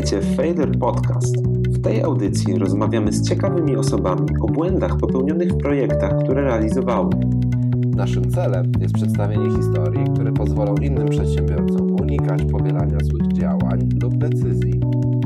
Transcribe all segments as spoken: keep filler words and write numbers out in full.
Witajcie w Failure Podcast. W tej audycji rozmawiamy z ciekawymi osobami o błędach popełnionych w projektach, które realizowały. Naszym celem jest przedstawienie historii, które pozwolą innym przedsiębiorcom unikać powielania złych działań lub decyzji.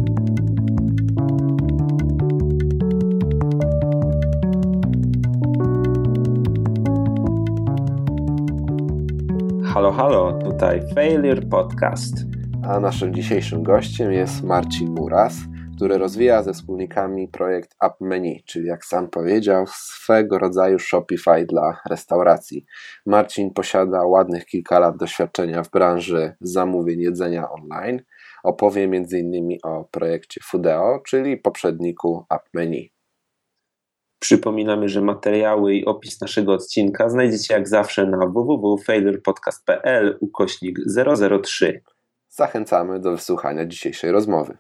Halo, halo, tutaj Failure Podcast. A naszym dzisiejszym gościem jest Marcin Muras, który rozwija ze wspólnikami projekt AppMenu, czyli jak sam powiedział, swego rodzaju Shopify dla restauracji. Marcin posiada ładnych kilka lat doświadczenia w branży zamówień jedzenia online. Opowie między innymi o projekcie Foodeo, czyli poprzedniku AppMenu. Przypominamy, że materiały i opis naszego odcinka znajdziecie jak zawsze na w w w kropka failurepodcast kropka p l ukośnik zero zero trzy. Zachęcamy do wysłuchania dzisiejszej rozmowy.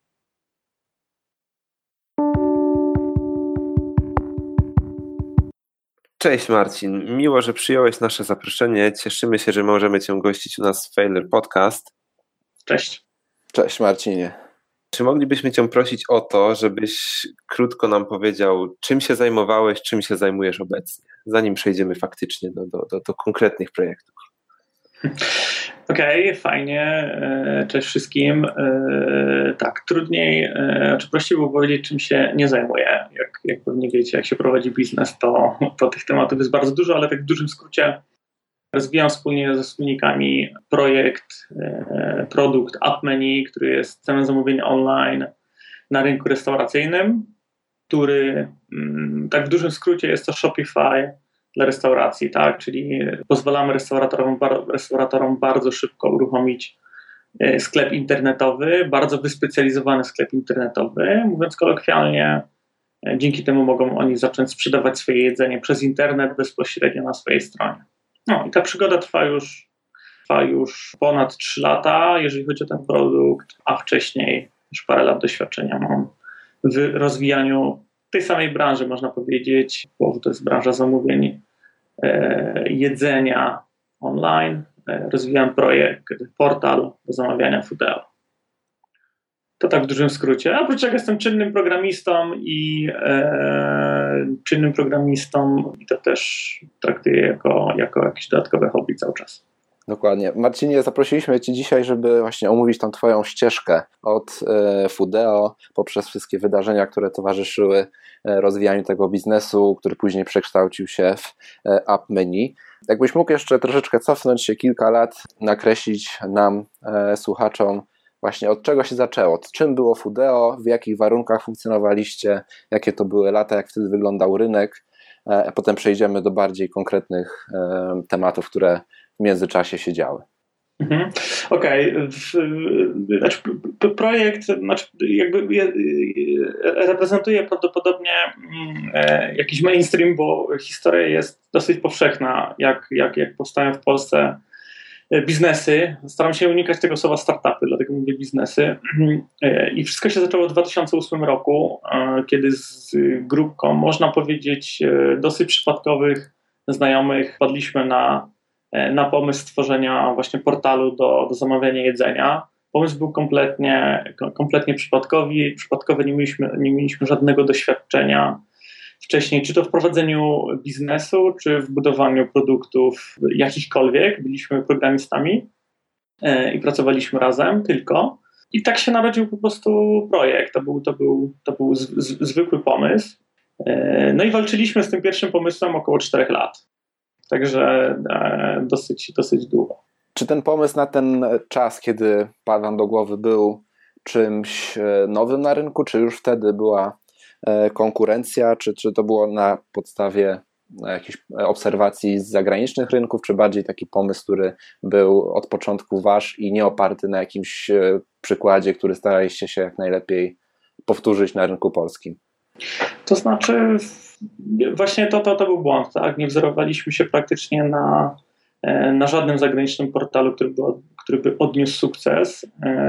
Cześć Marcin, miło, że przyjąłeś nasze zaproszenie. Cieszymy się, że możemy Cię gościć u nas w Failure Podcast. Cześć. Cześć Marcinie. Czy moglibyśmy Cię prosić o to, żebyś krótko nam powiedział, czym się zajmowałeś, czym się zajmujesz obecnie, zanim przejdziemy faktycznie do, do, do, do konkretnych projektów? Okej, okay, fajnie. Cześć wszystkim. Tak, trudniej, czy prościej było powiedzieć, czym się nie zajmuję. Jak, jak pewnie wiecie, jak się prowadzi biznes, to, to tych tematów jest bardzo dużo, ale tak w dużym skrócie rozwijam wspólnie ze wspólnikami projekt, produkt AppMenu, który jest systemem zamówień online na rynku restauracyjnym, który tak w dużym skrócie jest to Shopify dla restauracji, tak? Czyli pozwalamy restauratorom, restauratorom bardzo szybko uruchomić sklep internetowy, bardzo wyspecjalizowany sklep internetowy. Mówiąc kolokwialnie, dzięki temu mogą oni zacząć sprzedawać swoje jedzenie przez internet bezpośrednio na swojej stronie. No i ta przygoda trwa już, trwa już ponad trzy lata, jeżeli chodzi o ten produkt, a wcześniej już parę lat doświadczenia mam w rozwijaniu tej samej branży, można powiedzieć, bo to jest branża zamówień e, jedzenia online. E, rozwijam projekt, portal do zamawiania Foodeo. To tak w dużym skrócie. A oprócz tego jestem czynnym programistą i e, czynnym programistą i to też traktuję jako, jako jakieś dodatkowe hobby cały czas. Dokładnie. Marcinie, zaprosiliśmy Cię dzisiaj, żeby właśnie omówić tą Twoją ścieżkę od e, Foodeo poprzez wszystkie wydarzenia, które towarzyszyły e, rozwijaniu tego biznesu, który później przekształcił się w e, AppMenu. Jakbyś mógł jeszcze troszeczkę cofnąć się kilka lat, nakreślić nam, e, słuchaczom, właśnie od czego się zaczęło, czym było Foodeo, w jakich warunkach funkcjonowaliście, jakie to były lata, jak wtedy wyglądał rynek, a potem przejdziemy do bardziej konkretnych e, tematów, które w międzyczasie się działy. Mhm. Okej. Okay. Znaczy, projekt znaczy jakby reprezentuje prawdopodobnie jakiś mainstream, bo historia jest dosyć powszechna, jak, jak, jak powstają w Polsce biznesy. Staram się unikać tego słowa startupy, dlatego mówię biznesy. I wszystko się zaczęło w dwa tysiące ósmym roku, kiedy z grupką, można powiedzieć, dosyć przypadkowych znajomych wpadliśmy na, na pomysł stworzenia właśnie portalu do, do zamawiania jedzenia. Pomysł był kompletnie, kompletnie przypadkowy. Przypadkowy nie mieliśmy, nie mieliśmy żadnego doświadczenia wcześniej, czy to w prowadzeniu biznesu, czy w budowaniu produktów jakichkolwiek. Byliśmy programistami e, i pracowaliśmy razem tylko. I tak się narodził po prostu projekt. To był, to był, to był z, z, zwykły pomysł. E, no i walczyliśmy z tym pierwszym pomysłem około czterech lat. Także e, dosyć, dosyć długo. Czy ten pomysł na ten czas, kiedy padł wam do głowy, był czymś nowym na rynku, czy już wtedy była konkurencja, czy, czy to było na podstawie jakichś obserwacji z zagranicznych rynków, czy bardziej taki pomysł, który był od początku wasz i nie oparty na jakimś przykładzie, który staraliście się jak najlepiej powtórzyć na rynku polskim? To znaczy właśnie to, to, to był błąd, tak? Nie wzorowaliśmy się praktycznie na, na żadnym zagranicznym portalu, który by, który by odniósł sukces.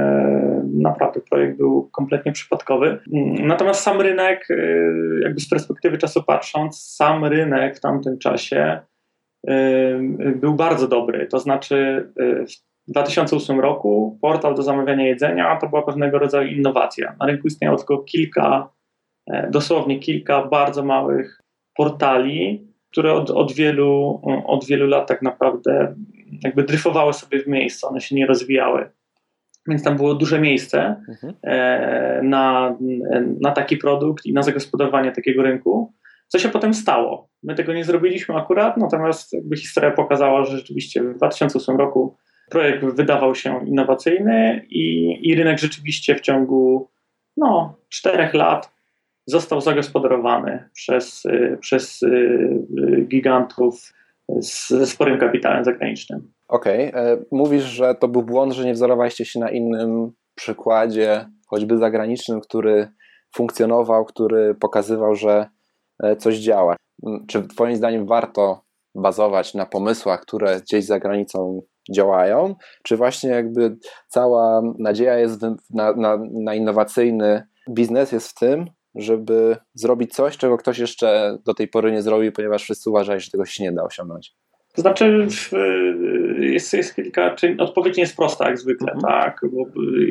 Naprawdę projekt był kompletnie przypadkowy. Natomiast sam rynek, jakby z perspektywy czasu patrząc, sam rynek w tamtym czasie był bardzo dobry. To znaczy dwa tysiące ósmym roku portal do zamawiania jedzenia to była pewnego rodzaju innowacja. Na rynku istniało tylko kilka, dosłownie kilka bardzo małych portali, które od, od, wielu, od wielu lat tak naprawdę jakby dryfowały sobie w miejscu, one się nie rozwijały. Więc tam było duże miejsce mhm. na, na taki produkt i na zagospodarowanie takiego rynku. Co się potem stało? My tego nie zrobiliśmy akurat, natomiast jakby historia pokazała, że rzeczywiście w dwa tysiące ósmym roku projekt wydawał się innowacyjny i, i rynek rzeczywiście w ciągu no, czterech lat został zagospodarowany przez, przez gigantów ze sporym kapitałem zagranicznym. Okej, okay. Mówisz, że to był błąd, że nie wzorowaliście się na innym przykładzie, choćby zagranicznym, który funkcjonował, który pokazywał, że coś działa. Czy twoim zdaniem warto bazować na pomysłach, które gdzieś za granicą działają, czy właśnie jakby cała nadzieja jest na, na, na innowacyjny biznes jest w tym, żeby zrobić coś, czego ktoś jeszcze do tej pory nie zrobił, ponieważ wszyscy uważają, że tego się nie da osiągnąć? To znaczy jest, jest kilka, czy odpowiedź nie jest prosta jak zwykle, mhm. tak, bo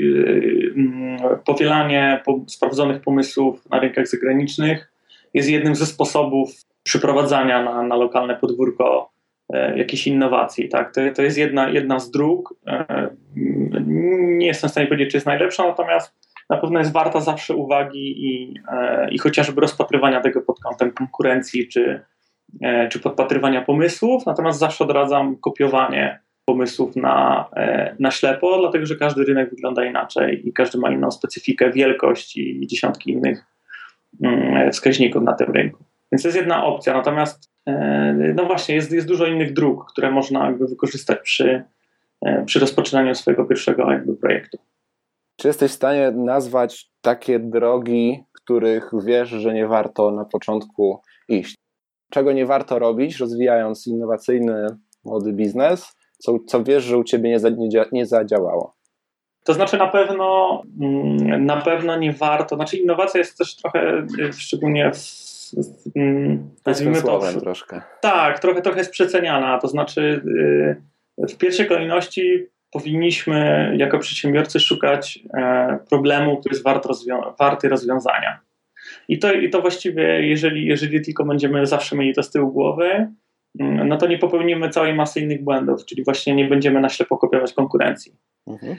powielanie sprawdzonych pomysłów na rynkach zagranicznych jest jednym ze sposobów przyprowadzania na, na lokalne podwórko e, jakiejś innowacji. Tak? To, to jest jedna, jedna z dróg. E, nie jestem w stanie powiedzieć, czy jest najlepsza, natomiast na pewno jest warta zawsze uwagi i, e, i chociażby rozpatrywania tego pod kątem konkurencji, czy, e, czy podpatrywania pomysłów. Natomiast zawsze odradzam kopiowanie pomysłów na, e, na ślepo, dlatego że każdy rynek wygląda inaczej i każdy ma inną specyfikę, wielkość i, i dziesiątki innych wskaźników na tym rynku. Więc to jest jedna opcja, natomiast no właśnie jest, jest dużo innych dróg, które można jakby wykorzystać przy, przy rozpoczynaniu swojego pierwszego jakby projektu. Czy jesteś w stanie nazwać takie drogi, których wiesz, że nie warto na początku iść? Czego nie warto robić, rozwijając innowacyjny, młody biznes, co, co wiesz, że u ciebie nie, za, nie, nie zadziałało? To znaczy na pewno na pewno nie warto, znaczy innowacja jest też trochę, szczególnie w, nazwijmy to, w, troszkę. Tak, trochę, trochę jest przeceniana, to znaczy w pierwszej kolejności powinniśmy jako przedsiębiorcy szukać problemu, który jest wart rozwią- warty rozwiązania. I to, i to właściwie, jeżeli, jeżeli tylko będziemy zawsze mieli to z tyłu głowy, no to nie popełnimy całej masy innych błędów, czyli właśnie nie będziemy na ślepo kopiować konkurencji. Mhm.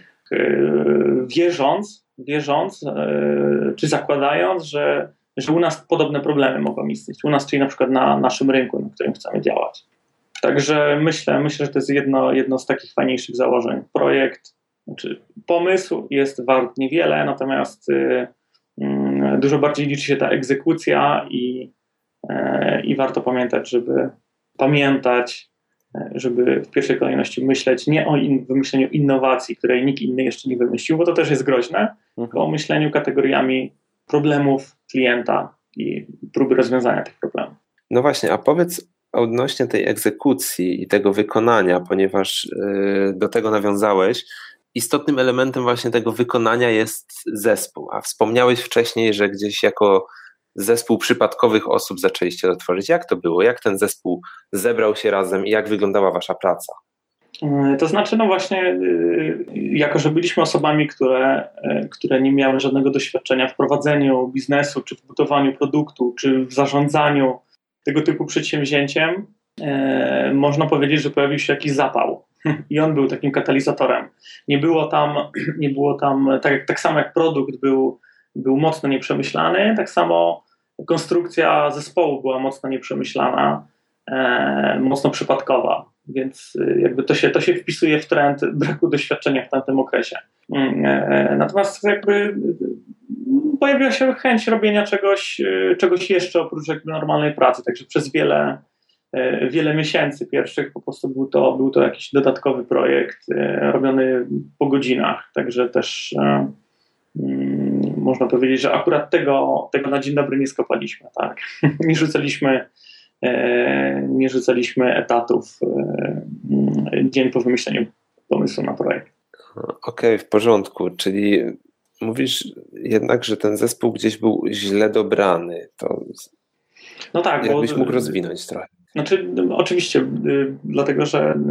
Wierząc, wierząc czy zakładając, że, że u nas podobne problemy mogą istnieć. U nas, czyli na przykład na naszym rynku, na którym chcemy działać. Także myślę, myślę, że to jest jedno, jedno z takich fajniejszych założeń. Projekt, znaczy pomysł jest wart niewiele, natomiast y, y, dużo bardziej liczy się ta egzekucja i, y, i warto pamiętać, żeby pamiętać, żeby w pierwszej kolejności myśleć nie o in, wymyśleniu innowacji, której nikt inny jeszcze nie wymyślił, bo to też jest groźne, mhm. tylko o myśleniu kategoriami problemów klienta i próby rozwiązania tych problemów. No właśnie, a powiedz odnośnie tej egzekucji i tego wykonania, ponieważ yy, do tego nawiązałeś, istotnym elementem właśnie tego wykonania jest zespół, a wspomniałeś wcześniej, że gdzieś jako zespół przypadkowych osób zaczęliście to tworzyć. Jak to było? Jak ten zespół zebrał się razem i jak wyglądała wasza praca? To znaczy, no właśnie, jako że byliśmy osobami, które, które nie miały żadnego doświadczenia w prowadzeniu biznesu, czy w budowaniu produktu, czy w zarządzaniu tego typu przedsięwzięciem, e, można powiedzieć, że pojawił się jakiś zapał i on był takim katalizatorem. Nie było tam, nie było tam tak, tak samo jak produkt był, był mocno nieprzemyślany, tak samo konstrukcja zespołu była mocno nieprzemyślana, e, mocno przypadkowa, więc jakby to się, to się wpisuje w trend braku doświadczenia w tamtym okresie. E, natomiast jakby pojawiła się chęć robienia czegoś, czegoś jeszcze oprócz jakby normalnej pracy, także przez wiele, wiele miesięcy pierwszych po prostu był to, był to jakiś dodatkowy projekt robiony po godzinach, także też um, można powiedzieć, że akurat tego, tego na dzień dobry nie skopaliśmy, tak? nie rzucaliśmy nie rzucaliśmy etatów dzień po wymyśleniu pomysłu na projekt. Okej, okay, w porządku, czyli mówisz jednak, że ten zespół gdzieś był źle dobrany. To no tak, jakbyś bo, mógł rozwinąć trochę. Znaczy, oczywiście, dlatego że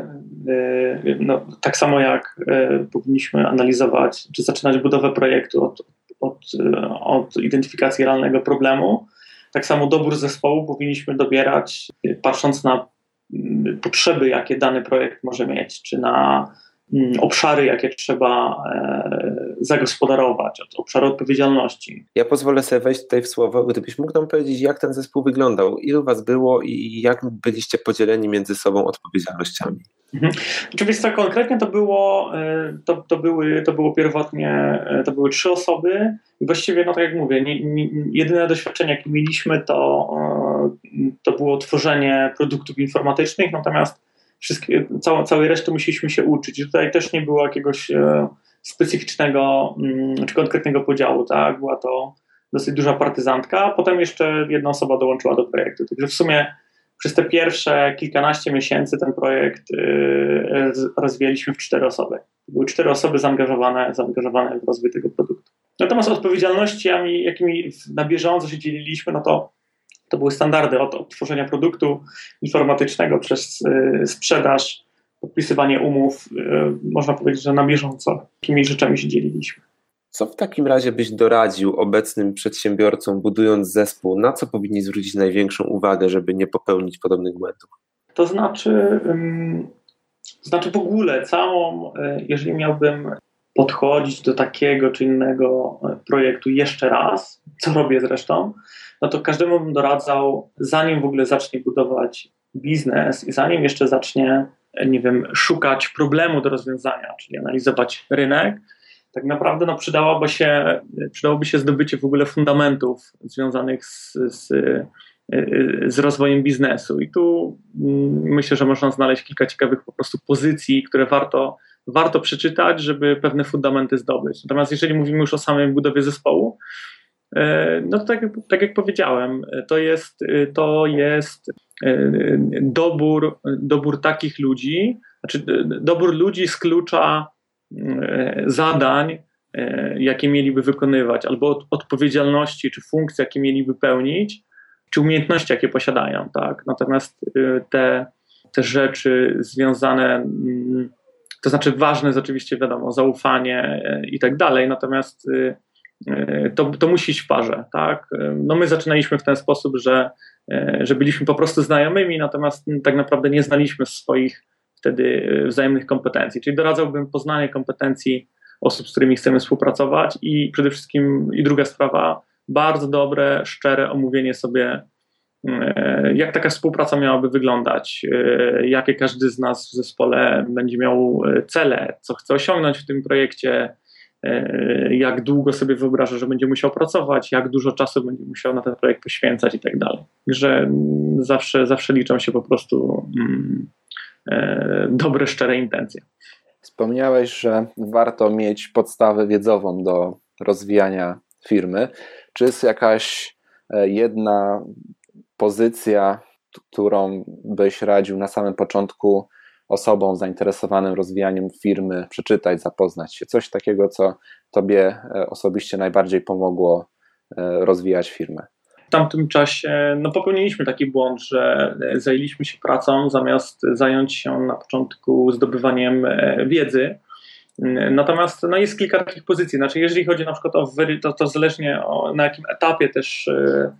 no, tak samo jak powinniśmy analizować, czy zaczynać budowę projektu od, od, od identyfikacji realnego problemu, tak samo dobór zespołu powinniśmy dobierać patrząc na potrzeby, jakie dany projekt może mieć, czy na obszary, jakie trzeba e, zagospodarować, obszary odpowiedzialności. Ja pozwolę sobie wejść tutaj w słowo, gdybyś mógł nam powiedzieć, jak ten zespół wyglądał, ilu was było i jak byliście podzieleni między sobą odpowiedzialnościami? Mhm. Oczywiście konkretnie to było, to, to, były, to było pierwotnie, to były trzy osoby i właściwie, no tak jak mówię, nie, nie, jedyne doświadczenie, jakie mieliśmy, to, to było tworzenie produktów informatycznych, natomiast wszystkie, całą, całej reszty musieliśmy się uczyć. I tutaj też nie było jakiegoś e, specyficznego m, czy konkretnego podziału, tak? Była to dosyć duża partyzantka, a potem jeszcze jedna osoba dołączyła do projektu. Także w sumie przez te pierwsze kilkanaście miesięcy ten projekt e, rozwijaliśmy w cztery osoby. Były cztery osoby zaangażowane, zaangażowane w rozwój tego produktu. Natomiast odpowiedzialnościami, jakimi na bieżąco się dzieliliśmy, no to To były standardy od, od tworzenia produktu informatycznego przez y, sprzedaż, podpisywanie umów. Y, można powiedzieć, że na bieżąco takimi rzeczami się dzieliliśmy. Co w takim razie byś doradził obecnym przedsiębiorcom, budując zespół? Na co powinni zwrócić największą uwagę, żeby nie popełnić podobnych błędów? To znaczy, ym, to znaczy w ogóle całą, y, jeżeli miałbym podchodzić do takiego czy innego projektu jeszcze raz, co robię zresztą, no to każdemu bym doradzał, zanim w ogóle zacznie budować biznes i zanim jeszcze zacznie, nie wiem, szukać problemu do rozwiązania, czyli analizować rynek, tak naprawdę no, przydałoby się, przydałoby się zdobycie w ogóle fundamentów związanych z, z, z rozwojem biznesu. I tu myślę, że można znaleźć kilka ciekawych po prostu pozycji, które warto, warto przeczytać, żeby pewne fundamenty zdobyć. Natomiast jeżeli mówimy już o samej budowie zespołu, no to tak, tak jak powiedziałem, to jest, to jest dobór, dobór takich ludzi, znaczy dobór ludzi z klucza zadań, jakie mieliby wykonywać, albo odpowiedzialności, czy funkcji, jakie mieliby pełnić, czy umiejętności, jakie posiadają. Tak? Natomiast te, te rzeczy związane, to znaczy ważne jest oczywiście, wiadomo, zaufanie i tak dalej, natomiast To, to musi iść w parze, tak? No my zaczynaliśmy w ten sposób, że, że byliśmy po prostu znajomymi, natomiast tak naprawdę nie znaliśmy swoich wtedy wzajemnych kompetencji. Czyli doradzałbym poznanie kompetencji osób, z którymi chcemy współpracować i przede wszystkim, i druga sprawa, bardzo dobre, szczere omówienie sobie, jak taka współpraca miałaby wyglądać, jakie każdy z nas w zespole będzie miał cele, co chce osiągnąć w tym projekcie, jak długo sobie wyobraża, że będzie musiał pracować, jak dużo czasu będzie musiał na ten projekt poświęcać i tak dalej. Także zawsze, zawsze liczą się po prostu mm, e, dobre, szczere intencje. Wspomniałeś, że warto mieć podstawę wiedzową do rozwijania firmy. Czy jest jakaś jedna pozycja, którą byś radził na samym początku osobom zainteresowanym rozwijaniem firmy przeczytać, zapoznać się? Coś takiego, co tobie osobiście najbardziej pomogło rozwijać firmę? W tamtym czasie no, popełniliśmy taki błąd, że zajęliśmy się pracą zamiast zająć się na początku zdobywaniem wiedzy. Natomiast no, jest kilka takich pozycji. Znaczy, jeżeli chodzi na przykład o wery, to, to zależnie o, na jakim etapie też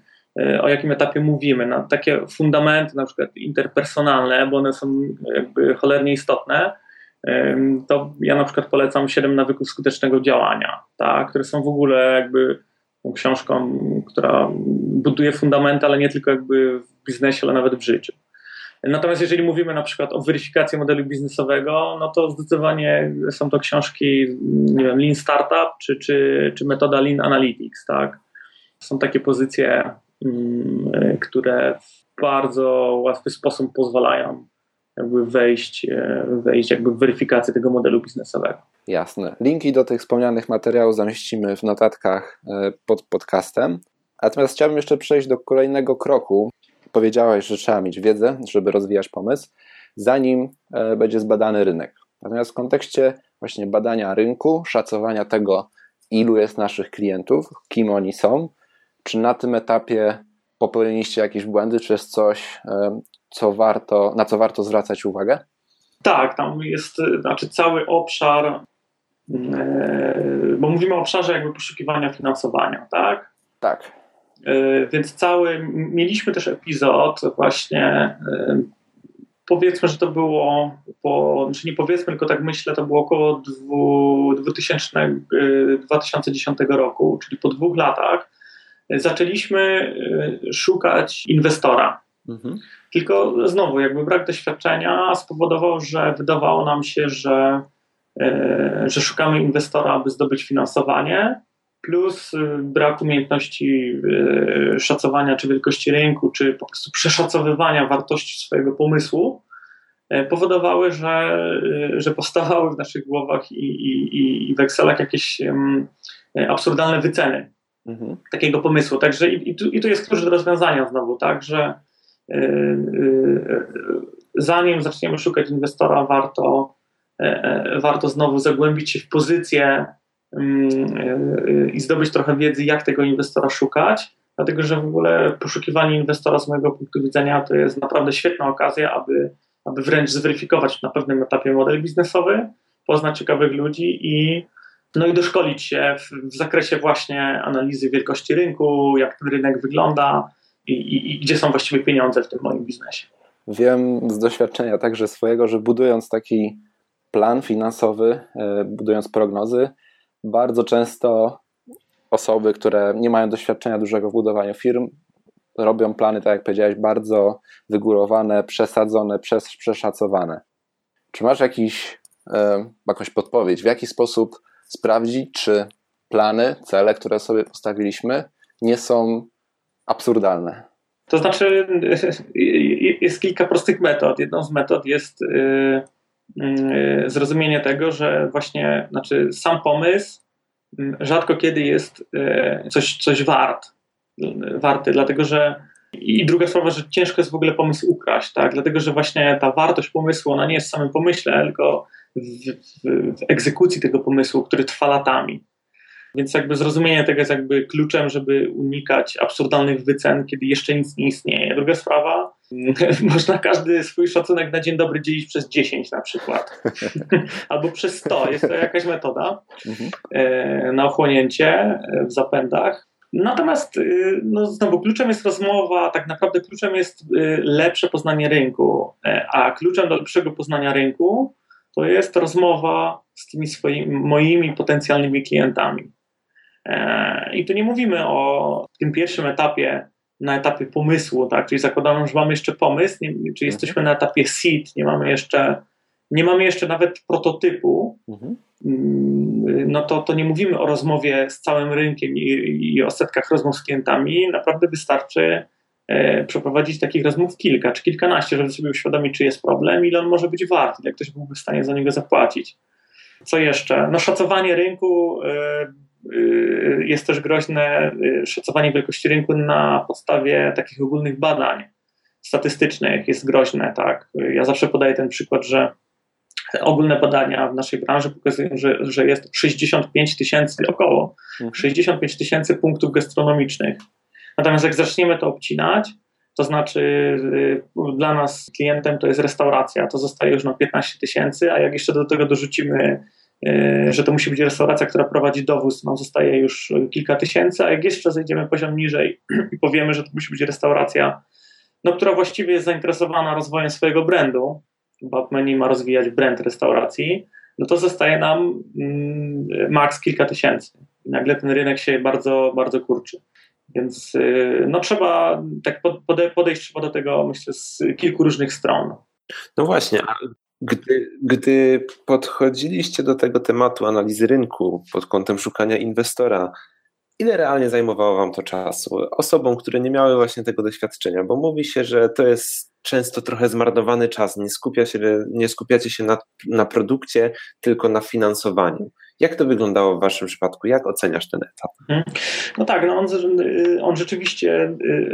o jakim etapie mówimy. Na takie fundamenty na przykład interpersonalne, bo one są jakby cholernie istotne, to ja na przykład polecam siedem nawyków skutecznego działania, tak, które są w ogóle jakby książką, która buduje fundamenty, ale nie tylko jakby w biznesie, ale nawet w życiu. Natomiast jeżeli mówimy na przykład o weryfikacji modelu biznesowego, no to zdecydowanie są to książki, nie wiem, Lean Startup czy, czy, czy metoda Lean Analytics, tak. Są takie pozycje, które w bardzo łatwy sposób pozwalają jakby wejść, wejść jakby w weryfikację tego modelu biznesowego. Jasne. Linki do tych wspomnianych materiałów zamieścimy w notatkach pod podcastem. Natomiast chciałbym jeszcze przejść do kolejnego kroku. Powiedziałeś, że trzeba mieć wiedzę, żeby rozwijać pomysł, zanim będzie zbadany rynek. Natomiast w kontekście właśnie badania rynku, szacowania tego, ilu jest naszych klientów, kim oni są, czy na tym etapie popełniliście jakieś błędy, czy jest coś, co warto, na co warto zwracać uwagę? Tak, tam jest znaczy cały obszar, bo mówimy o obszarze jakby poszukiwania finansowania, tak? Tak. Więc cały, mieliśmy też epizod właśnie, powiedzmy, że to było, po, znaczy nie powiedzmy, tylko tak myślę, to było około dwa tysiące dziesiątego roku, czyli po dwóch latach zaczęliśmy szukać inwestora. Mhm. Tylko znowu jakby brak doświadczenia spowodował, że wydawało nam się, że, że szukamy inwestora, aby zdobyć finansowanie, plus brak umiejętności szacowania czy wielkości rynku, czy po prostu przeszacowywania wartości swojego pomysłu powodowały, że, że powstawały w naszych głowach i, i, i w Excelach jakieś um, absurdalne wyceny mhm. takiego pomysłu. Także i, i, tu, i tu jest klucz do rozwiązania znowu, tak, że y, y, zanim zaczniemy szukać inwestora, warto, y, y, warto znowu zagłębić się w pozycję y, y, i zdobyć trochę wiedzy, jak tego inwestora szukać, dlatego że w ogóle poszukiwanie inwestora z mojego punktu widzenia to jest naprawdę świetna okazja, aby aby wręcz zweryfikować na pewnym etapie model biznesowy, poznać ciekawych ludzi i, no i doszkolić się w, w zakresie właśnie analizy wielkości rynku, jak ten rynek wygląda i, i, i gdzie są właściwie pieniądze w tym moim biznesie. Wiem z doświadczenia także swojego, że budując taki plan finansowy, budując prognozy, bardzo często osoby, które nie mają doświadczenia dużego w budowaniu firm, robią plany, tak jak powiedziałeś, bardzo wygórowane, przesadzone, przes- przeszacowane. Czy masz jakiś, e, jakąś podpowiedź, w jaki sposób sprawdzić, czy plany, cele, które sobie postawiliśmy, nie są absurdalne? To znaczy jest kilka prostych metod. Jedną z metod jest yy, yy, zrozumienie tego, że właśnie znaczy sam pomysł rzadko kiedy jest yy, coś, coś wart. warty, dlatego że i druga sprawa, że ciężko jest w ogóle pomysł ukraść, tak? Dlatego że właśnie ta wartość pomysłu, ona nie jest w samym pomyśle, tylko w, w, w egzekucji tego pomysłu, który trwa latami. Więc jakby zrozumienie tego jest jakby kluczem, żeby unikać absurdalnych wycen, kiedy jeszcze nic nie istnieje. Druga sprawa, można każdy swój szacunek na dzień dobry dzielić przez dziesięć na przykład. Albo przez sto. Jest to jakaś metoda mhm. na ochłonięcie w zapędach. Natomiast no znowu kluczem jest rozmowa, tak naprawdę kluczem jest lepsze poznanie rynku, a kluczem do lepszego poznania rynku to jest rozmowa z tymi swoimi, moimi potencjalnymi klientami. I tu nie mówimy o tym pierwszym etapie, na etapie pomysłu, tak? Czyli zakładamy, że mamy jeszcze pomysł, nie, czy jesteśmy na etapie seed, nie mamy jeszcze, nie mamy jeszcze nawet prototypu, mhm. no to, to nie mówimy o rozmowie z całym rynkiem i, i o setkach rozmów z klientami. Naprawdę wystarczy e, przeprowadzić takich rozmów kilka czy kilkanaście, żeby sobie uświadomić, czy jest problem, ile on może być wart, ile ktoś byłby w stanie za niego zapłacić. Co jeszcze? No szacowanie rynku e, e, jest też groźne, e, szacowanie wielkości rynku na podstawie takich ogólnych badań statystycznych jest groźne, tak. Ja zawsze podaję ten przykład, że ogólne badania w naszej branży pokazują, że, że jest sześćdziesiąt pięć tysięcy, około sześćdziesiąt pięć tysięcy punktów gastronomicznych. Natomiast jak zaczniemy to obcinać, to znaczy y, dla nas klientem to jest restauracja, to zostaje już na piętnaście tysięcy, a jak jeszcze do tego dorzucimy, y, że to musi być restauracja, która prowadzi dowóz, nam zostaje już kilka tysięcy, a jak jeszcze zejdziemy poziom niżej i powiemy, że to musi być restauracja, no, która właściwie jest zainteresowana rozwojem swojego brandu, Batmani ma rozwijać brand restauracji, no to zostaje nam mm, maks kilka tysięcy. I nagle ten rynek się bardzo, bardzo kurczy. Więc yy, no trzeba tak pode, podejść trzeba do tego, myślę, z kilku różnych stron. No właśnie, a gdy, gdy podchodziliście do tego tematu analizy rynku pod kątem szukania inwestora, ile realnie zajmowało wam to czasu? Osobom, które nie miały właśnie tego doświadczenia, bo mówi się, że to jest często trochę zmarnowany czas, nie skupia się, nie skupiacie się na, na produkcie, tylko na finansowaniu. Jak to wyglądało w waszym przypadku? Jak oceniasz ten etap? No tak, no on, on rzeczywiście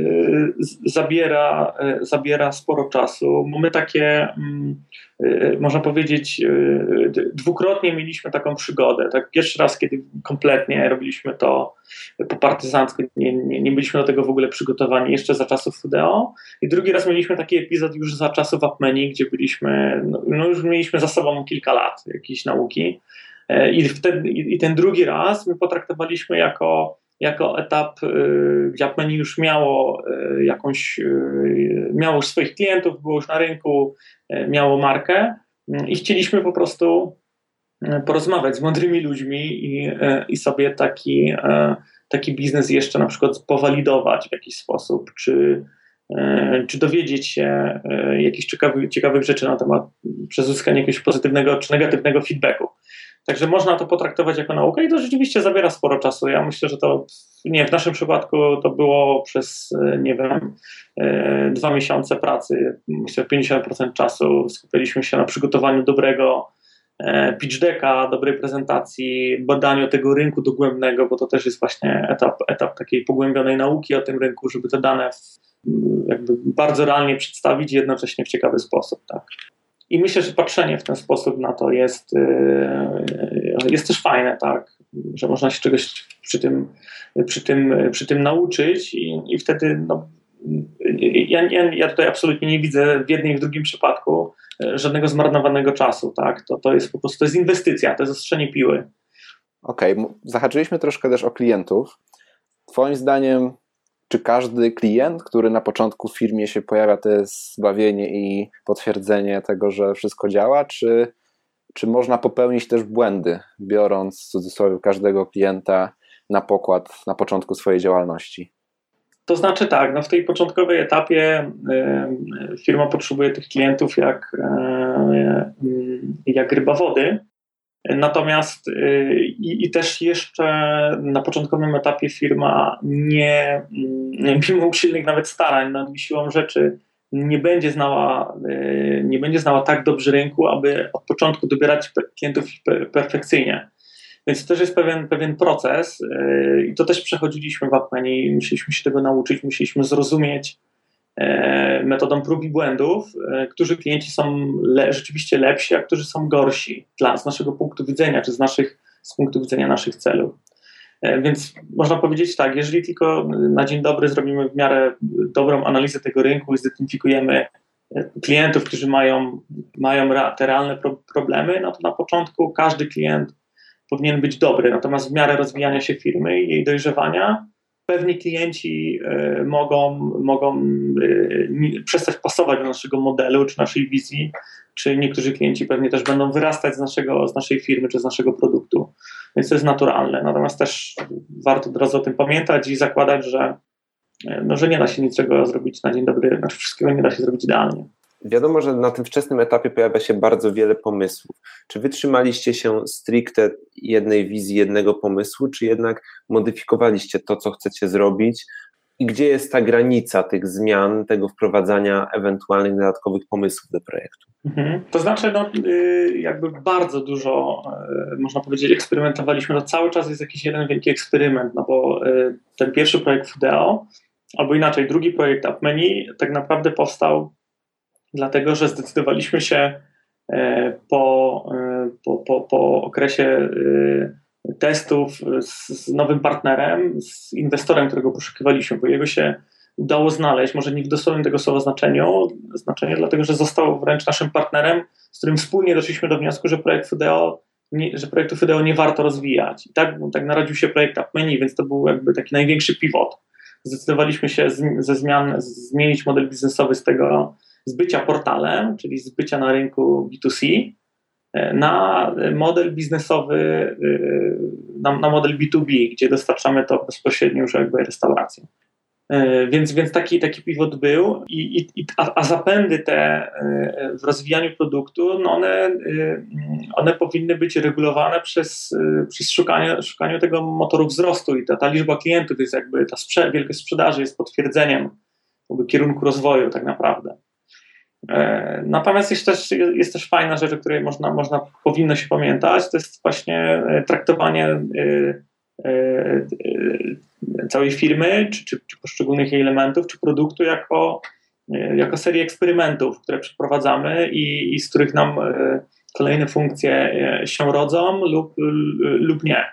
zabiera, zabiera sporo czasu. My takie, można powiedzieć, dwukrotnie mieliśmy taką przygodę. Tak, pierwszy raz, kiedy kompletnie robiliśmy to po partyzancku, nie, nie, nie byliśmy do tego w ogóle przygotowani jeszcze za czasów Fudeo. I drugi raz mieliśmy taki epizod już za czasów Appmeni, gdzie byliśmy, no, no już mieliśmy za sobą kilka lat jakiejś nauki. I, wtedy, I ten drugi raz my potraktowaliśmy jako, jako etap, gdzie Appmeni już miało jakąś, miało już swoich klientów, było już na rynku, miało markę i chcieliśmy po prostu porozmawiać z mądrymi ludźmi i, i sobie taki, taki biznes jeszcze na przykład powalidować w jakiś sposób, czy, czy dowiedzieć się jakichś ciekawych, ciekawych rzeczy na temat, przez uzyskanie jakiegoś pozytywnego czy negatywnego feedbacku. Także można to potraktować jako naukę i to rzeczywiście zabiera sporo czasu. Ja myślę, że to nie, w naszym przypadku to było przez, nie wiem, dwa miesiące pracy. Myślę, pięćdziesiąt procent czasu skupialiśmy się na przygotowaniu dobrego pitch decka, dobrej prezentacji, badaniu tego rynku dogłębnego, bo to też jest właśnie etap, etap takiej pogłębionej nauki o tym rynku, żeby te dane jakby bardzo realnie przedstawić i jednocześnie w ciekawy sposób. Tak. I myślę, że patrzenie w ten sposób na to jest, jest też fajne, tak, że można się czegoś przy tym, przy tym, przy tym nauczyć i, i wtedy no, ja, ja, ja tutaj absolutnie nie widzę w jednym i w drugim przypadku żadnego zmarnowanego czasu. Tak? To, to jest po prostu to jest inwestycja, to jest ostrzenie piły. Okej, okay. Zahaczyliśmy troszkę też o klientów. Twoim zdaniem, czy każdy klient, który na początku w firmie się pojawia, to jest zbawienie i potwierdzenie tego, że wszystko działa, czy, czy można popełnić też błędy, biorąc w cudzysłowie każdego klienta na pokład na początku swojej działalności? To znaczy tak, no w tej początkowej etapie y, firma potrzebuje tych klientów jak, y, jak ryba wody. Natomiast y, i też jeszcze na początkowym etapie firma nie, mimo usilnych nawet starań, no, siłą rzeczy nie będzie znała, y, nie będzie znała tak dobrze rynku, aby od początku dobierać klientów perfekcyjnie. Więc to też jest pewien, pewien proces yy, i to też przechodziliśmy w Appmeni i musieliśmy się tego nauczyć, musieliśmy zrozumieć yy, metodą prób i błędów, yy, którzy klienci są le- rzeczywiście lepsi, a którzy są gorsi dla, z naszego punktu widzenia, czy z, naszych, z punktu widzenia naszych celów. Yy, więc można powiedzieć tak, jeżeli tylko na dzień dobry zrobimy w miarę dobrą analizę tego rynku i zidentyfikujemy klientów, którzy mają, mają te realne pro- problemy, no to na początku każdy klient powinien być dobry, natomiast w miarę rozwijania się firmy i jej dojrzewania pewni klienci y, mogą, mogą y, przestać pasować do naszego modelu czy naszej wizji, czy niektórzy klienci pewnie też będą wyrastać z, naszego, z naszej firmy czy z naszego produktu, więc to jest naturalne. Natomiast też warto od razu o tym pamiętać i zakładać, że, no, że nie da się niczego zrobić na dzień dobry, znaczy wszystkiego nie da się zrobić idealnie. Wiadomo, że na tym wczesnym etapie pojawia się bardzo wiele pomysłów. Czy wy trzymaliście się stricte jednej wizji, jednego pomysłu, czy jednak modyfikowaliście to, co chcecie zrobić? I gdzie jest ta granica tych zmian, tego wprowadzania ewentualnych dodatkowych pomysłów do projektu? Mhm. To znaczy, no, jakby bardzo dużo, można powiedzieć, eksperymentowaliśmy. To cały czas jest jakiś jeden wielki eksperyment, no bo ten pierwszy projekt Fudeo, albo inaczej, drugi projekt Appmeni tak naprawdę powstał dlatego, że zdecydowaliśmy się po, po, po, po okresie testów z, z nowym partnerem, z inwestorem, którego poszukiwaliśmy, bo jego się udało znaleźć, może nie w dosłownym tego słowa znaczeniu, znaczeniu, dlatego że został wręcz naszym partnerem, z którym wspólnie doszliśmy do wniosku, że projekt Fudeo, nie, że projektu Fudeo nie warto rozwijać. I tak, tak narodził się projekt Appmeni, więc to był jakby taki największy pivot. Zdecydowaliśmy się z, ze zmian zmienić model biznesowy z tego z bycia portalem, czyli z bycia na rynku B dwa C, na model biznesowy, na, na model B dwa B, gdzie dostarczamy to bezpośrednio już jakby restauracją. Więc, więc taki, taki pivot był, i, i, a, a zapędy te w rozwijaniu produktu, no one, one powinny być regulowane przez, przez szukanie, szukanie tego motoru wzrostu i ta, ta liczba klientów jest jakby, ta sprze- wielkość sprzedaży jest potwierdzeniem jakby kierunku rozwoju tak naprawdę. Natomiast jest też, jest też fajna rzecz, o której można, można, powinno się pamiętać, to jest właśnie traktowanie całej firmy, czy, czy, czy poszczególnych jej elementów, czy produktu jako, jako serii eksperymentów, które przeprowadzamy i, i z których nam kolejne funkcje się rodzą lub, lub nie.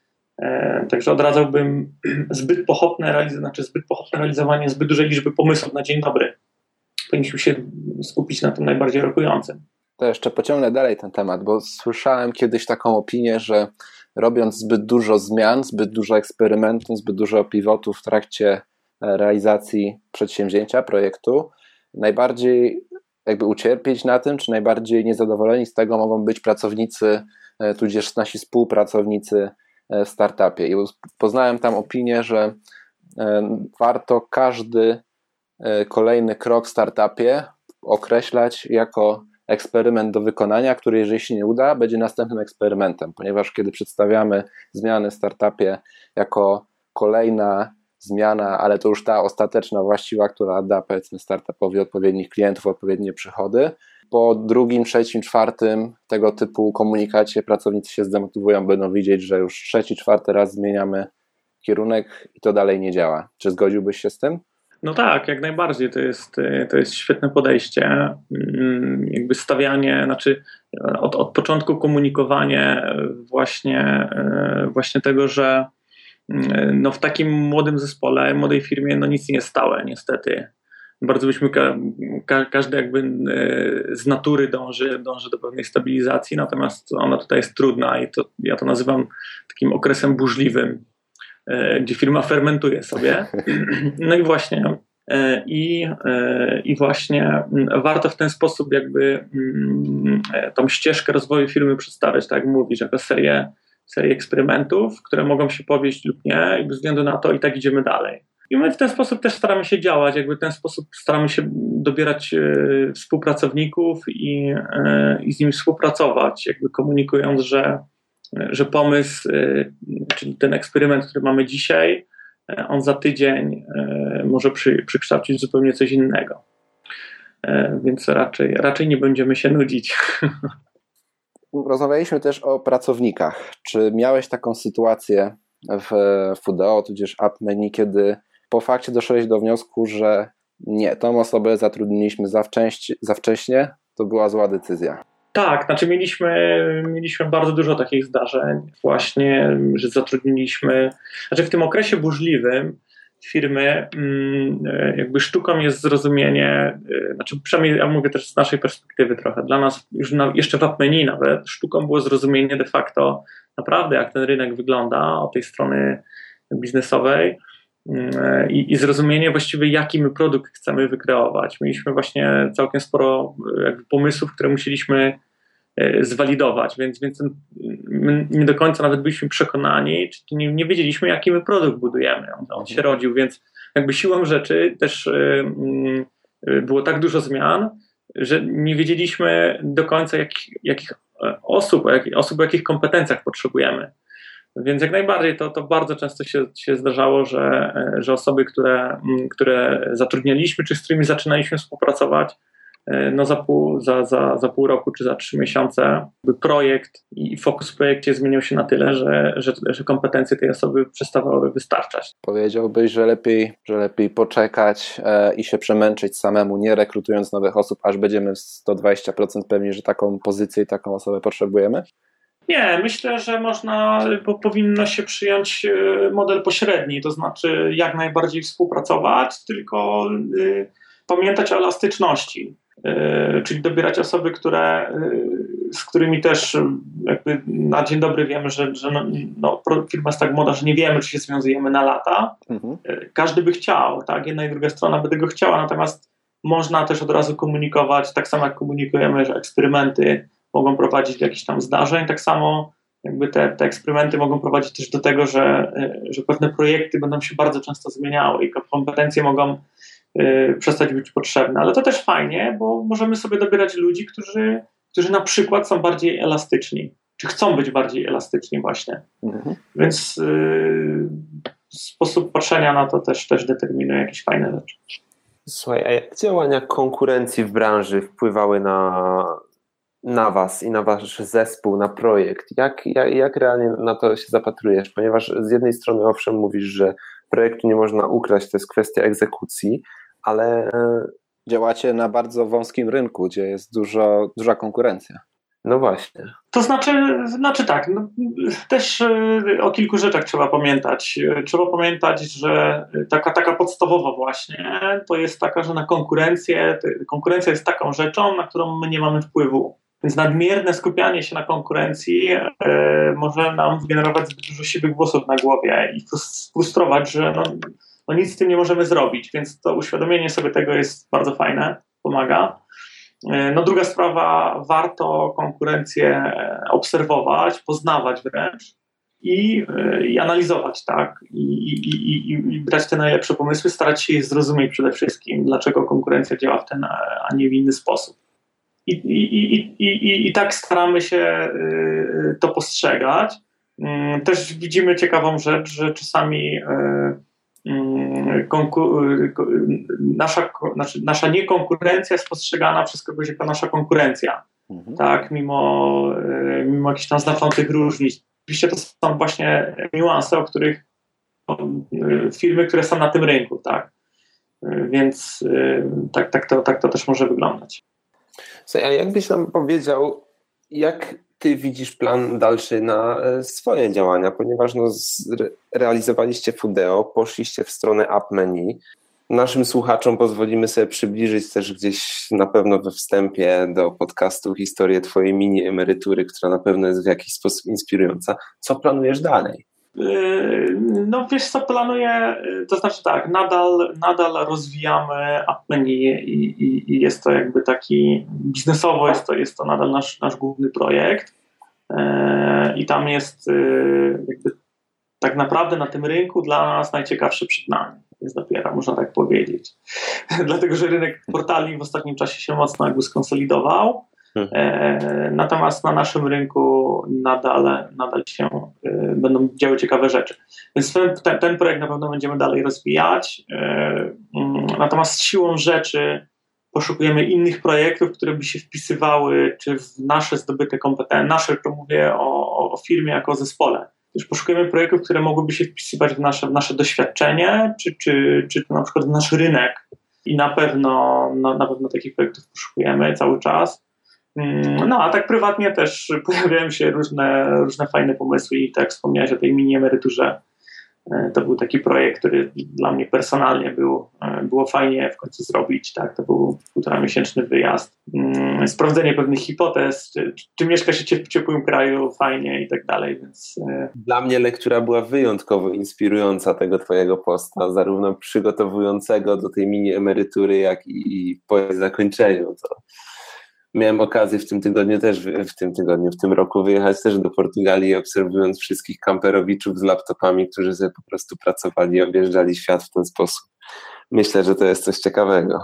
Także odradzałbym zbyt pochopne, realiz- znaczy zbyt pochopne realizowanie zbyt dużej liczby pomysłów na dzień dobry. Powinniśmy się skupić na tym najbardziej rokującym. To jeszcze pociągnę dalej ten temat, bo słyszałem kiedyś taką opinię, że robiąc zbyt dużo zmian, zbyt dużo eksperymentów, zbyt dużo pivotów w trakcie realizacji przedsięwzięcia, projektu, najbardziej jakby ucierpieć na tym, czy najbardziej niezadowoleni z tego mogą być pracownicy, tudzież nasi współpracownicy w startupie. I poznałem tam opinię, że warto każdy kolejny krok w startupie określać jako eksperyment do wykonania, który jeżeli się nie uda, będzie następnym eksperymentem, ponieważ kiedy przedstawiamy zmiany w startupie jako kolejna zmiana, ale to już ta ostateczna, właściwa, która da powiedzmy startupowi odpowiednich klientów, odpowiednie przychody, po drugim, trzecim, czwartym tego typu komunikacie pracownicy się zdemotywują, będą widzieć, że już trzeci, czwarty raz zmieniamy kierunek i to dalej nie działa. Czy zgodziłbyś się z tym? No tak, jak najbardziej. To jest, to jest świetne podejście. Jakby stawianie, znaczy od, od początku komunikowanie właśnie, właśnie tego, że no w takim młodym zespole, młodej firmie no nic nie jest stałe niestety. Bardzo byśmy, ka, ka, każdy jakby z natury dąży, dąży do pewnej stabilizacji, natomiast ona tutaj jest trudna i to, ja to nazywam takim okresem burzliwym, gdzie firma fermentuje sobie. No i właśnie i, i właśnie warto w ten sposób jakby tą ścieżkę rozwoju firmy przedstawiać, tak jak mówisz, jako serię, serię eksperymentów, które mogą się powieść lub nie i bez względu na to i tak idziemy dalej. I my w ten sposób też staramy się działać, jakby w ten sposób staramy się dobierać współpracowników i, i z nimi współpracować, jakby komunikując, że że pomysł, czyli ten eksperyment, który mamy dzisiaj, on za tydzień może przy, przykształcić zupełnie coś innego. Więc raczej, raczej nie będziemy się nudzić. Rozmawialiśmy też o pracownikach. Czy miałeś taką sytuację w Foodeo, tudzież AppMenu, kiedy po fakcie doszedłeś do wniosku, że nie, tą osobę zatrudniliśmy za, wcześ, za wcześnie, to była zła decyzja? Tak, znaczy mieliśmy, mieliśmy bardzo dużo takich zdarzeń właśnie, że zatrudniliśmy, znaczy w tym okresie burzliwym firmy jakby sztuką jest zrozumienie, znaczy przynajmniej ja mówię też z naszej perspektywy trochę, dla nas już na, jeszcze w AppMenu nawet sztuką było zrozumienie de facto naprawdę jak ten rynek wygląda od tej strony biznesowej i, i zrozumienie właściwie jaki my produkt chcemy wykreować. Mieliśmy właśnie całkiem sporo jakby pomysłów, które musieliśmy zwalidować, więc, więc my nie do końca nawet byliśmy przekonani, czy nie, nie wiedzieliśmy jaki my produkt budujemy. On, on się rodził, więc jakby siłą rzeczy też y, y, było tak dużo zmian, że nie wiedzieliśmy do końca jak, jakich osób, jak, osób o jakich kompetencjach potrzebujemy. Więc jak najbardziej to, to bardzo często się, się zdarzało, że, że osoby, które, które zatrudnialiśmy, czy z którymi zaczynaliśmy współpracować, no za pół, za, za, za pół roku czy za trzy miesiące projekt i fokus w projekcie zmienił się na tyle, że, że, że kompetencje tej osoby przestawały wystarczać. Powiedziałbyś, że lepiej, że lepiej poczekać e, i się przemęczyć samemu, nie rekrutując nowych osób, aż będziemy sto dwadzieścia procent pewni, że taką pozycję i taką osobę potrzebujemy? Nie, myślę, że można, bo powinno się przyjąć model pośredni, to znaczy jak najbardziej współpracować, tylko y, pamiętać o elastyczności, y, czyli dobierać osoby, które, y, z którymi też jakby na dzień dobry wiemy, że, że no, no, firma jest tak młoda, że nie wiemy, czy się związujemy na lata. Mhm. Y, każdy by chciał, tak? Jedna i druga strona by tego chciała, natomiast można też od razu komunikować, tak samo jak komunikujemy, że eksperymenty mogą prowadzić do jakichś tam zdarzeń, tak samo jakby te, te eksperymenty mogą prowadzić też do tego, że, że pewne projekty będą się bardzo często zmieniały i kompetencje mogą y, przestać być potrzebne, ale to też fajnie, bo możemy sobie dobierać ludzi, którzy, którzy na przykład są bardziej elastyczni, czy chcą być bardziej elastyczni właśnie, mhm. Więc y, sposób patrzenia na to też, też determinuje jakieś fajne rzeczy. Słuchaj, a jak działania konkurencji w branży wpływały na, na was i na wasz zespół, na projekt? Jak, jak, jak realnie na to się zapatrujesz? Ponieważ z jednej strony owszem mówisz, że projektu nie można ukraść, to jest kwestia egzekucji, ale... Działacie na bardzo wąskim rynku, gdzie jest dużo, duża konkurencja. No właśnie. To znaczy, znaczy tak, no, też o kilku rzeczach trzeba pamiętać. Trzeba pamiętać, że taka, taka podstawowa właśnie to jest taka, że na konkurencję, konkurencja jest taką rzeczą, na którą my nie mamy wpływu. Więc nadmierne skupianie się na konkurencji e, może nam wygenerować zbyt dużo siwych włosów na głowie i frustrować, że no, no nic z tym nie możemy zrobić. Więc to uświadomienie sobie tego jest bardzo fajne, pomaga. No druga sprawa, warto konkurencję obserwować, poznawać wręcz i, i analizować, tak? I, i, i, I brać te najlepsze pomysły, starać się je zrozumieć przede wszystkim, dlaczego konkurencja działa w ten, a nie w inny sposób. I, i, i, i, i, i tak staramy się to postrzegać. Też widzimy ciekawą rzecz, że czasami Konkur- nasza, znaczy nasza niekonkurencja jest postrzegana przez kogoś jako nasza konkurencja, mhm. tak, mimo, mimo jakichś tam znaczących różnic. Oczywiście to są właśnie niuanse, o których firmy, które są na tym rynku, tak, więc tak, tak, to, tak to też może wyglądać. A jakbyś nam powiedział, jak ty widzisz plan dalszy na swoje działania, ponieważ no, realizowaliście Foodeo, poszliście w stronę app menu. Naszym słuchaczom pozwolimy sobie przybliżyć też gdzieś na pewno we wstępie do podcastu historię twojej mini emerytury, która na pewno jest w jakiś sposób inspirująca. Co planujesz dalej? No wiesz co, planuję, to znaczy tak, nadal, nadal rozwijamy app menu i, i, i jest to jakby taki, biznesowo jest to, jest to nadal nasz, nasz główny projekt i tam jest jakby tak naprawdę na tym rynku dla nas najciekawszy przed nami, jest dopiero, można tak powiedzieć. Dlatego, że rynek portali w ostatnim czasie się mocno jakby skonsolidował. E, natomiast na naszym rynku nadal, nadal się e, będą działy ciekawe rzeczy. Więc ten, ten projekt na pewno będziemy dalej rozwijać. E, mm, natomiast siłą rzeczy poszukujemy innych projektów, które by się wpisywały czy w nasze zdobyte kompetencje, nasze, to mówię o, o firmie jako o zespole. Też poszukujemy projektów, które mogłyby się wpisywać w nasze, w nasze doświadczenie, czy, czy, czy to na przykład w nasz rynek. I na pewno, no, na pewno takich projektów poszukujemy cały czas. No, a tak prywatnie też pojawiają się różne, różne fajne pomysły i tak jak wspomniałeś o tej mini emeryturze, to był taki projekt, który dla mnie personalnie był, było fajnie w końcu zrobić, tak, to był półtora miesięczny wyjazd, sprawdzenie pewnych hipotez, czy, czy mieszka się w ciepłym kraju fajnie i tak dalej, więc... Dla mnie lektura była wyjątkowo inspirująca tego twojego posta, zarówno przygotowującego do tej mini emerytury, jak i, i po jej zakończeniu, to miałem okazję w tym tygodniu też, w tym tygodniu, w tym roku wyjechać też do Portugalii, obserwując wszystkich kamperowiczów z laptopami, którzy sobie po prostu pracowali i objeżdżali świat w ten sposób. Myślę, że to jest coś ciekawego.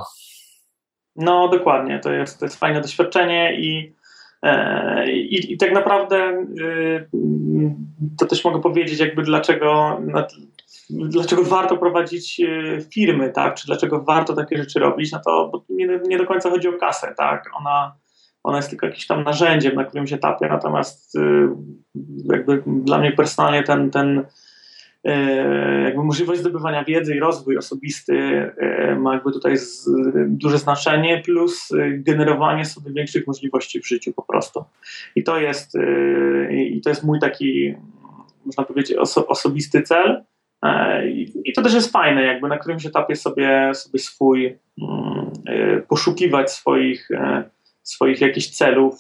No dokładnie, to jest, to jest fajne doświadczenie i, e, i, i tak naprawdę e, to też mogę powiedzieć jakby dlaczego, na, dlaczego warto prowadzić firmy, tak, czy dlaczego warto takie rzeczy robić, no to bo nie, nie do końca chodzi o kasę, tak, ona, ona jest tylko jakimś tam narzędziem na którymś etapie, natomiast jakby dla mnie personalnie ten, ten jakby możliwość zdobywania wiedzy i rozwój osobisty ma jakby tutaj z, duże znaczenie, plus generowanie sobie większych możliwości w życiu po prostu. I to jest, i to jest mój taki, można powiedzieć, oso, osobisty cel. I to też jest fajne, jakby na którymś etapie sobie, sobie swój, poszukiwać swoich, swoich jakichś celów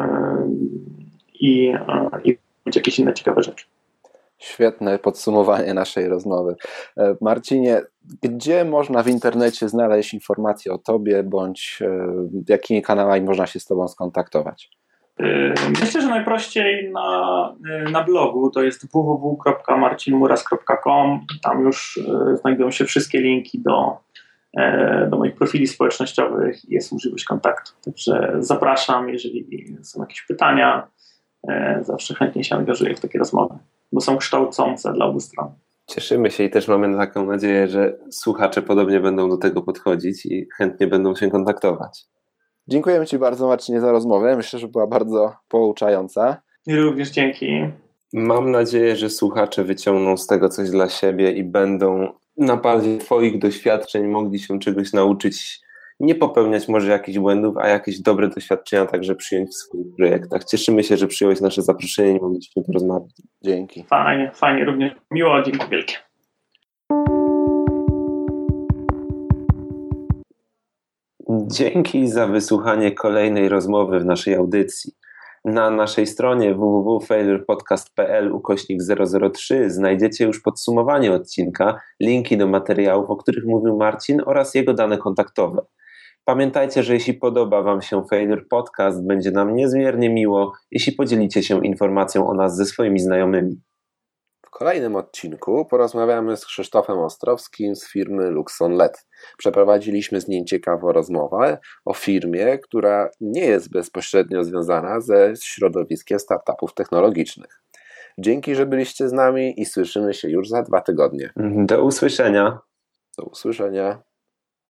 i, i mieć jakieś inne ciekawe rzeczy. Świetne podsumowanie naszej rozmowy. Marcinie, gdzie można w internecie znaleźć informacje o tobie, bądź jakimi kanałami można się z tobą skontaktować? Myślę, że najprościej na, na blogu, to jest w w w kropka marcin muras kropka com. Tam już znajdują się wszystkie linki do, do moich profili społecznościowych i jest możliwość kontaktu. Także zapraszam, jeżeli są jakieś pytania, zawsze chętnie się angażuję w takie rozmowy, bo są kształcące dla obu stron. Cieszymy się i też mamy taką nadzieję, że słuchacze podobnie będą do tego podchodzić i chętnie będą się kontaktować. Dziękujemy Ci bardzo, Marcinie, za rozmowę. Myślę, że była bardzo pouczająca. I również dzięki. Mam nadzieję, że słuchacze wyciągną z tego coś dla siebie i będą na bazie Twoich doświadczeń mogli się czegoś nauczyć, nie popełniać może jakichś błędów, a jakieś dobre doświadczenia także przyjąć w swoich projektach. Cieszymy się, że przyjąłeś nasze zaproszenie i mogliśmy porozmawiać. Dzięki. Fajnie, fajnie, również miło, dzięki wielkie. Dzięki za wysłuchanie kolejnej rozmowy w naszej audycji. Na naszej stronie w w w kropka failurepodcast kropka p l ukośnik zero zero trzy znajdziecie już podsumowanie odcinka, linki do materiałów, o których mówił Marcin oraz jego dane kontaktowe. Pamiętajcie, że jeśli podoba Wam się Failure Podcast, będzie nam niezmiernie miło, jeśli podzielicie się informacją o nas ze swoimi znajomymi. W kolejnym odcinku porozmawiamy z Krzysztofem Ostrowskim z firmy Luxon L E D. Przeprowadziliśmy z nim ciekawą rozmowę o firmie, która nie jest bezpośrednio związana ze środowiskiem startupów technologicznych. Dzięki, że byliście z nami i słyszymy się już za dwa tygodnie. Do usłyszenia. Do usłyszenia.